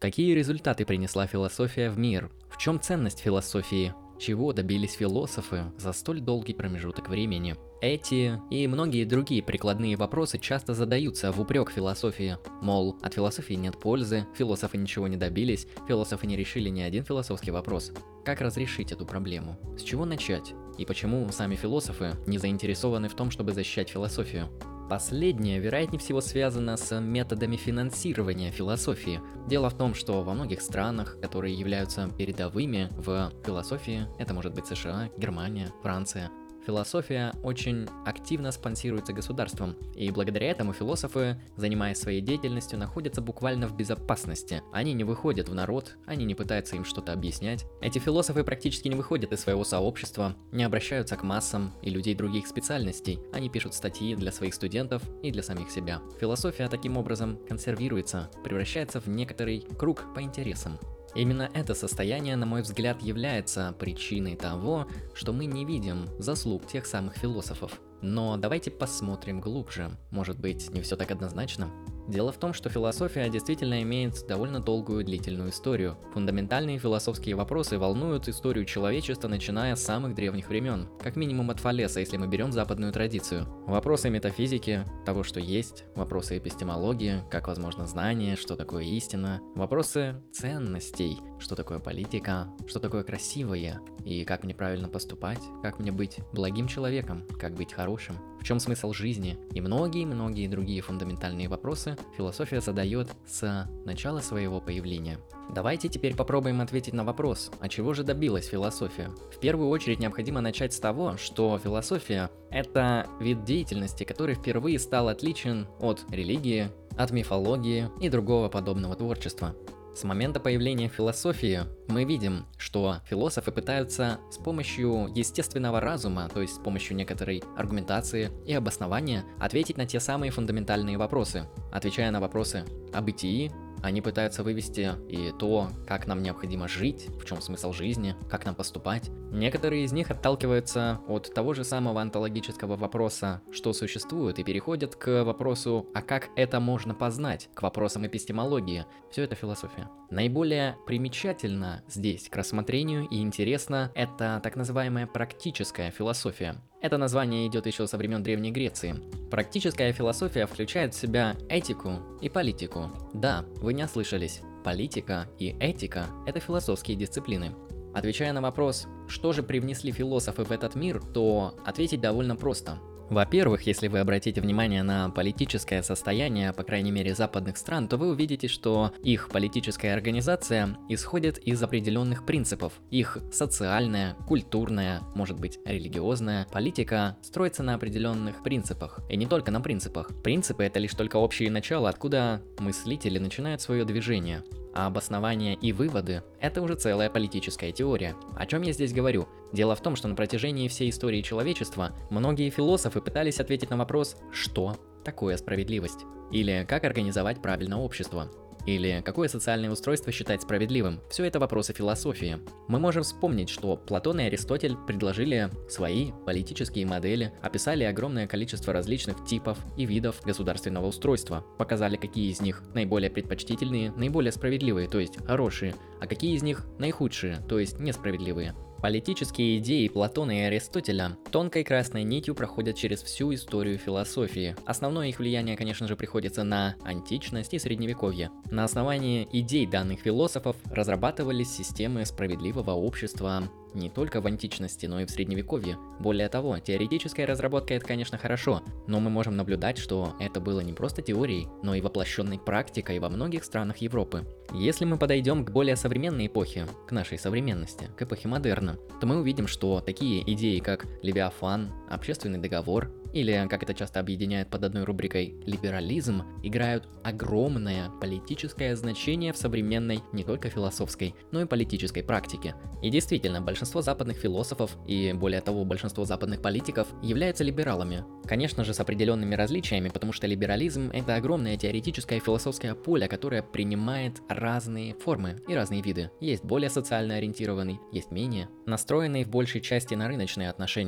Какие результаты принесла философия в мир? В чем ценность философии? Чего добились философы за столь долгий промежуток времени? Эти и многие другие прикладные вопросы часто задаются в упрек философии. Мол, от философии нет пользы, философы ничего не добились, философы не решили ни один философский вопрос. Как разрешить эту проблему? С чего начать? И почему сами философы не заинтересованы в том, чтобы защищать философию? Последнее, вероятнее всего, связано с методами финансирования философии. Дело в том, что во многих странах, которые являются передовыми в философии, это может быть США, Германия, Франция, философия очень активно спонсируется государством, и благодаря этому философы, занимаясь своей деятельностью, находятся буквально в безопасности. Они не выходят в народ, они не пытаются им что-то объяснять. Эти философы практически не выходят из своего сообщества, не обращаются к массам и людей других специальностей. Они пишут статьи для своих студентов и для самих себя. Философия таким образом консервируется, превращается в некоторый круг по интересам. Именно это состояние, на мой взгляд, является причиной того, что мы не видим заслуг тех самых философов. Но давайте посмотрим глубже. Может быть, не все так однозначно? Дело в том, что философия действительно имеет довольно долгую длительную историю. Фундаментальные философские вопросы волнуют историю человечества, начиная с самых древних времен. Как минимум от Фалеса, если мы берем западную традицию. Вопросы метафизики, того, что есть, вопросы эпистемологии, как возможно знание, что такое истина, вопросы ценностей, что такое политика, что такое красивое, и как мне правильно поступать, как мне быть благим человеком, как быть хорошим, в чем смысл жизни, и многие-многие другие фундаментальные вопросы философия задает с начала своего появления. Давайте теперь попробуем ответить на вопрос, а чего же добилась философия? В первую очередь необходимо начать с того, что философия – это вид деятельности, который впервые стал отличен от религии, от мифологии и другого подобного творчества. С момента появления философии мы видим, что философы пытаются с помощью естественного разума, то есть с помощью некоторой аргументации и обоснования, ответить на те самые фундаментальные вопросы. Отвечая на вопросы о бытии, они пытаются вывести и то, как нам необходимо жить, в чем смысл жизни, как нам поступать. Некоторые из них отталкиваются от того же самого онтологического вопроса, что существует, и переходят к вопросу, а как это можно познать, к вопросам эпистемологии. Все это философия. Наиболее примечательно здесь к рассмотрению и интересно это так называемая практическая философия. Это название идет еще со времен Древней Греции. Практическая философия включает в себя этику и политику. Да, вы не ослышались. Политика и этика – это философские дисциплины. Отвечая на вопрос, что же привнесли философы в этот мир, то ответить довольно просто. Во-первых, если вы обратите внимание на политическое состояние, по крайней мере, западных стран, то вы увидите, что их политическая организация исходит из определенных принципов. Их социальная, культурная, может быть, религиозная политика строится на определенных принципах. И не только на принципах. Принципы — это лишь только общие начала, откуда мыслители начинают свое движение. А обоснования и выводы – это уже целая политическая теория. О чем я здесь говорю? Дело в том, что на протяжении всей истории человечества многие философы пытались ответить на вопрос, что такое справедливость? Или как организовать правильно общество? Или какое социальное устройство считать справедливым? Все это вопросы философии. Мы можем вспомнить, что Платон и Аристотель предложили свои политические модели, описали огромное количество различных типов и видов государственного устройства, показали, какие из них наиболее предпочтительные, наиболее справедливые, то есть хорошие, а какие из них наихудшие, то есть несправедливые. Политические идеи Платона и Аристотеля тонкой красной нитью проходят через всю историю философии. Основное их влияние, конечно же, приходится на античность и средневековье. На основании идей данных философов разрабатывались системы справедливого общества не только в античности, но и в средневековье. Более того, теоретическая разработка — это, конечно, хорошо, но мы можем наблюдать, что это было не просто теорией, но и воплощенной практикой во многих странах Европы. Если мы подойдем к более современной эпохе, к нашей современности, к эпохе модерна, то мы увидим, что такие идеи, как Левиафан, общественный договор, или, как это часто объединяют под одной рубрикой, либерализм, играют огромное политическое значение в современной не только философской, но и политической практике. И действительно, большинство западных философов и, более того, большинство западных политиков являются либералами. Конечно же, с определенными различиями, потому что либерализм – это огромное теоретическое и философское поле, которое принимает разные формы и разные виды. Есть более социально ориентированный, есть менее, настроенный в большей части на рыночные отношения.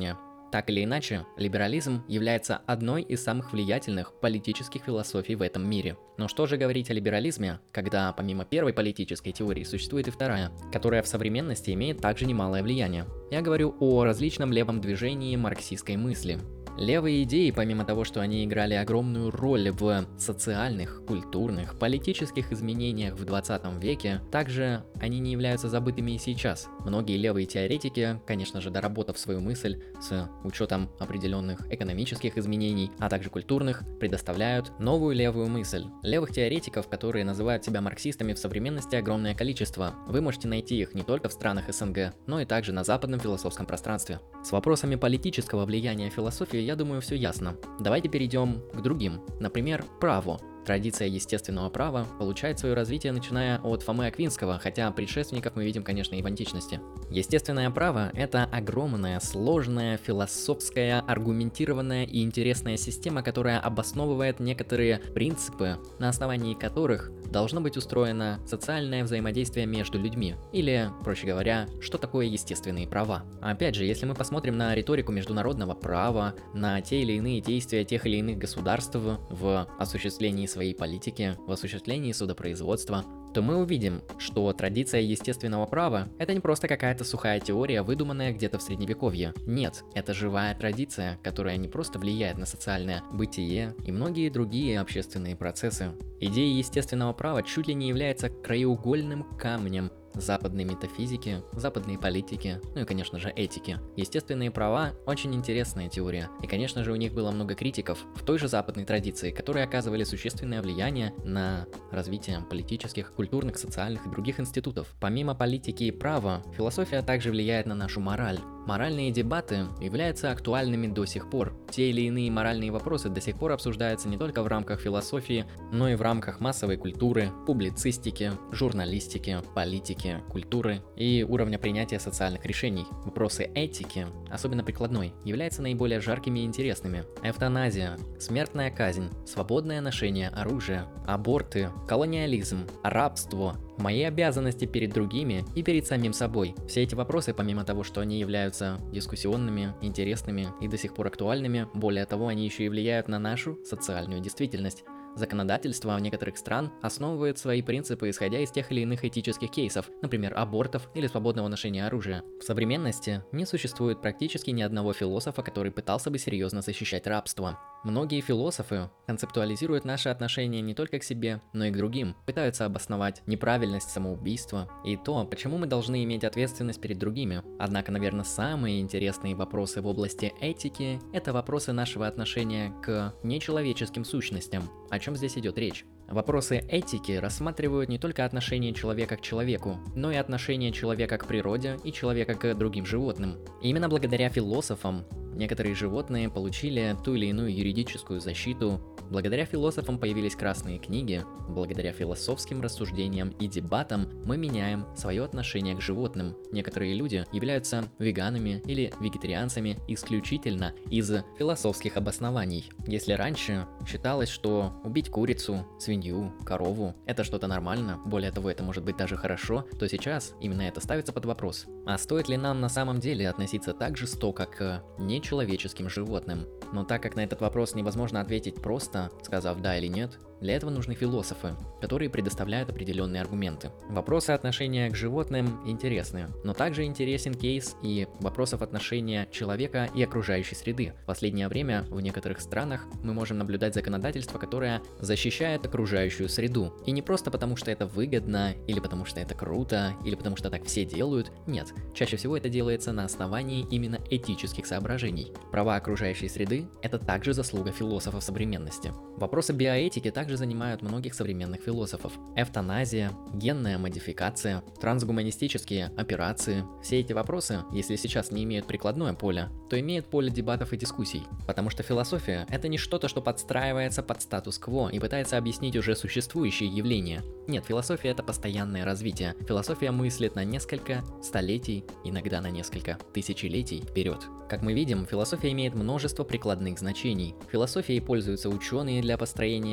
Так или иначе, либерализм является одной из самых влиятельных политических философий в этом мире. Но что же говорить о либерализме, когда помимо первой политической теории существует и вторая, которая в современности имеет также немалое влияние? Я говорю о различном левом движении марксистской мысли. Левые идеи, помимо того, что они играли огромную роль в социальных, культурных, политических изменениях в 20 веке, также они не являются забытыми и сейчас. Многие левые теоретики, конечно же, доработав свою мысль с учетом определенных экономических изменений, а также культурных, предоставляют новую левую мысль. Левых теоретиков, которые называют себя марксистами, в современности огромное количество. Вы можете найти их не только в странах СНГ, но и также на западном философском пространстве. С вопросами политического влияния философии, я думаю, все ясно. Давайте перейдем к другим. Например, право. Традиция естественного права получает свое развитие, начиная от Фомы Аквинского, хотя предшественников мы видим, конечно, и в античности. Естественное право – это огромная, сложная, философская, аргументированная и интересная система, которая обосновывает некоторые принципы, на основании которых должно быть устроено социальное взаимодействие между людьми. Или, проще говоря, что такое естественные права. Опять же, если мы посмотрим на риторику международного права, на те или иные действия тех или иных государств в осуществлении своей политики, в осуществлении судопроизводства, то мы увидим, что традиция естественного права – это не просто какая-то сухая теория, выдуманная где-то в средневековье. Нет, это живая традиция, которая не просто влияет на социальное бытие и многие другие общественные процессы. Идея естественного права чуть ли не является краеугольным камнем западной метафизики, западной политики, ну и, конечно же, этики. Естественные права – очень интересная теория, и, конечно же, у них было много критиков в той же западной традиции, которые оказывали существенное влияние на развитие политических, культурных, социальных и других институтов. Помимо политики и права, философия также влияет на нашу мораль. Моральные дебаты являются актуальными до сих пор. Те или иные моральные вопросы до сих пор обсуждаются не только в рамках философии, но и в рамках массовой культуры, публицистики, журналистики, политики, культуры и уровня принятия социальных решений. Вопросы этики, особенно прикладной, являются наиболее жаркими и интересными. Эвтаназия, смертная казнь, свободное ношение оружия, аборты, колониализм, рабство, мои обязанности перед другими и перед самим собой. Все эти вопросы, помимо того, что они являются дискуссионными, интересными и до сих пор актуальными, более того, они еще и влияют на нашу социальную действительность. Законодательство некоторых стран основывает свои принципы, исходя из тех или иных этических кейсов, например, абортов или свободного ношения оружия. В современности не существует практически ни одного философа, который пытался бы серьезно защищать рабство. Многие философы концептуализируют наши отношения не только к себе, но и к другим, пытаются обосновать неправильность самоубийства и то, почему мы должны иметь ответственность перед другими. Однако, наверное, самые интересные вопросы в области этики – это вопросы нашего отношения к нечеловеческим сущностям. О чем здесь идет речь? Вопросы этики рассматривают не только отношение человека к человеку, но и отношение человека к природе и человека к другим животным. И именно благодаря философам некоторые животные получили ту или иную юридическую защиту. Благодаря философам появились красные книги, благодаря философским рассуждениям и дебатам мы меняем свое отношение к животным. Некоторые люди являются веганами или вегетарианцами исключительно из философских обоснований. Если раньше считалось, что убить курицу, свинью, корову – это что-то нормально, более того, это может быть даже хорошо, то сейчас именно это ставится под вопрос. А стоит ли нам на самом деле относиться так жестоко к нечеловеческим животным? Но так как на этот вопрос невозможно ответить просто, сказав да или нет, для этого нужны философы, которые предоставляют определенные аргументы. Вопросы отношения к животным интересны, но также интересен кейс и вопросов отношения человека и окружающей среды. В последнее время в некоторых странах мы можем наблюдать законодательство, которое защищает окружающую среду. И не просто потому, что это выгодно, или потому, что это круто, или потому, что так все делают. Нет, чаще всего это делается на основании именно этических соображений. Права окружающей среды – это также заслуга философов современности. Вопросы биоэтики также занимают многих современных философов. Эвтаназия, генная модификация, трансгуманистические операции. Все эти вопросы, если сейчас не имеют прикладное поле, то имеют поле дебатов и дискуссий. Потому что философия – это не что-то, что подстраивается под статус-кво и пытается объяснить уже существующие явления. Нет, философия – это постоянное развитие. Философия мыслит на несколько столетий, иногда на несколько тысячелетий вперед. Как мы видим, философия имеет множество прикладных значений. Философией пользуются ученые для построения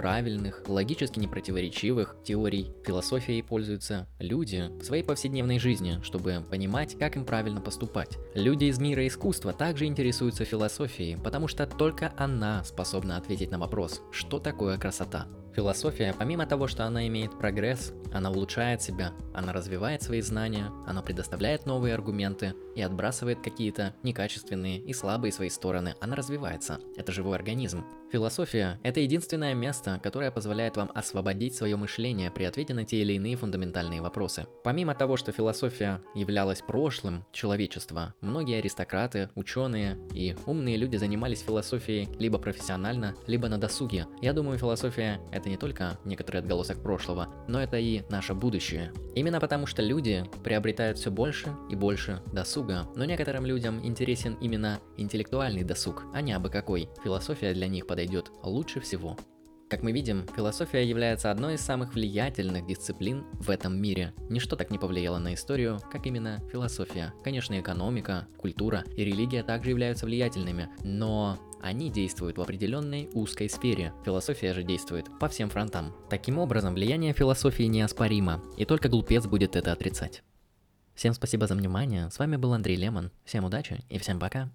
правильных, логически непротиворечивых теорий. Философией пользуются люди в своей повседневной жизни, чтобы понимать, как им правильно поступать. Люди из мира искусства также интересуются философией, потому что только она способна ответить на вопрос, что такое красота. Философия, помимо того, что она имеет прогресс, она улучшает себя, она развивает свои знания, она предоставляет новые аргументы и отбрасывает какие-то некачественные и слабые свои стороны, она развивается. Это живой организм. Философия – это единственное место, которое позволяет вам освободить свое мышление при ответе на те или иные фундаментальные вопросы. Помимо того, что философия являлась прошлым человечества, многие аристократы, ученые и умные люди занимались философией либо профессионально, либо на досуге. Я думаю, философия – это не только некоторый отголосок прошлого, но это и наше будущее. Именно потому, что люди приобретают все больше и больше досуга, но некоторым людям интересен именно интеллектуальный досуг, а не абы какой. Философия для них подойдет лучше всего. Как мы видим, философия является одной из самых влиятельных дисциплин в этом мире. Ничто так не повлияло на историю, как именно философия. Конечно, экономика, культура и религия также являются влиятельными, но они действуют в определенной узкой сфере. Философия же действует по всем фронтам. Таким образом, влияние философии неоспоримо, и только глупец будет это отрицать. Всем спасибо за внимание, с вами был Андрей Лемон, всем удачи и всем пока.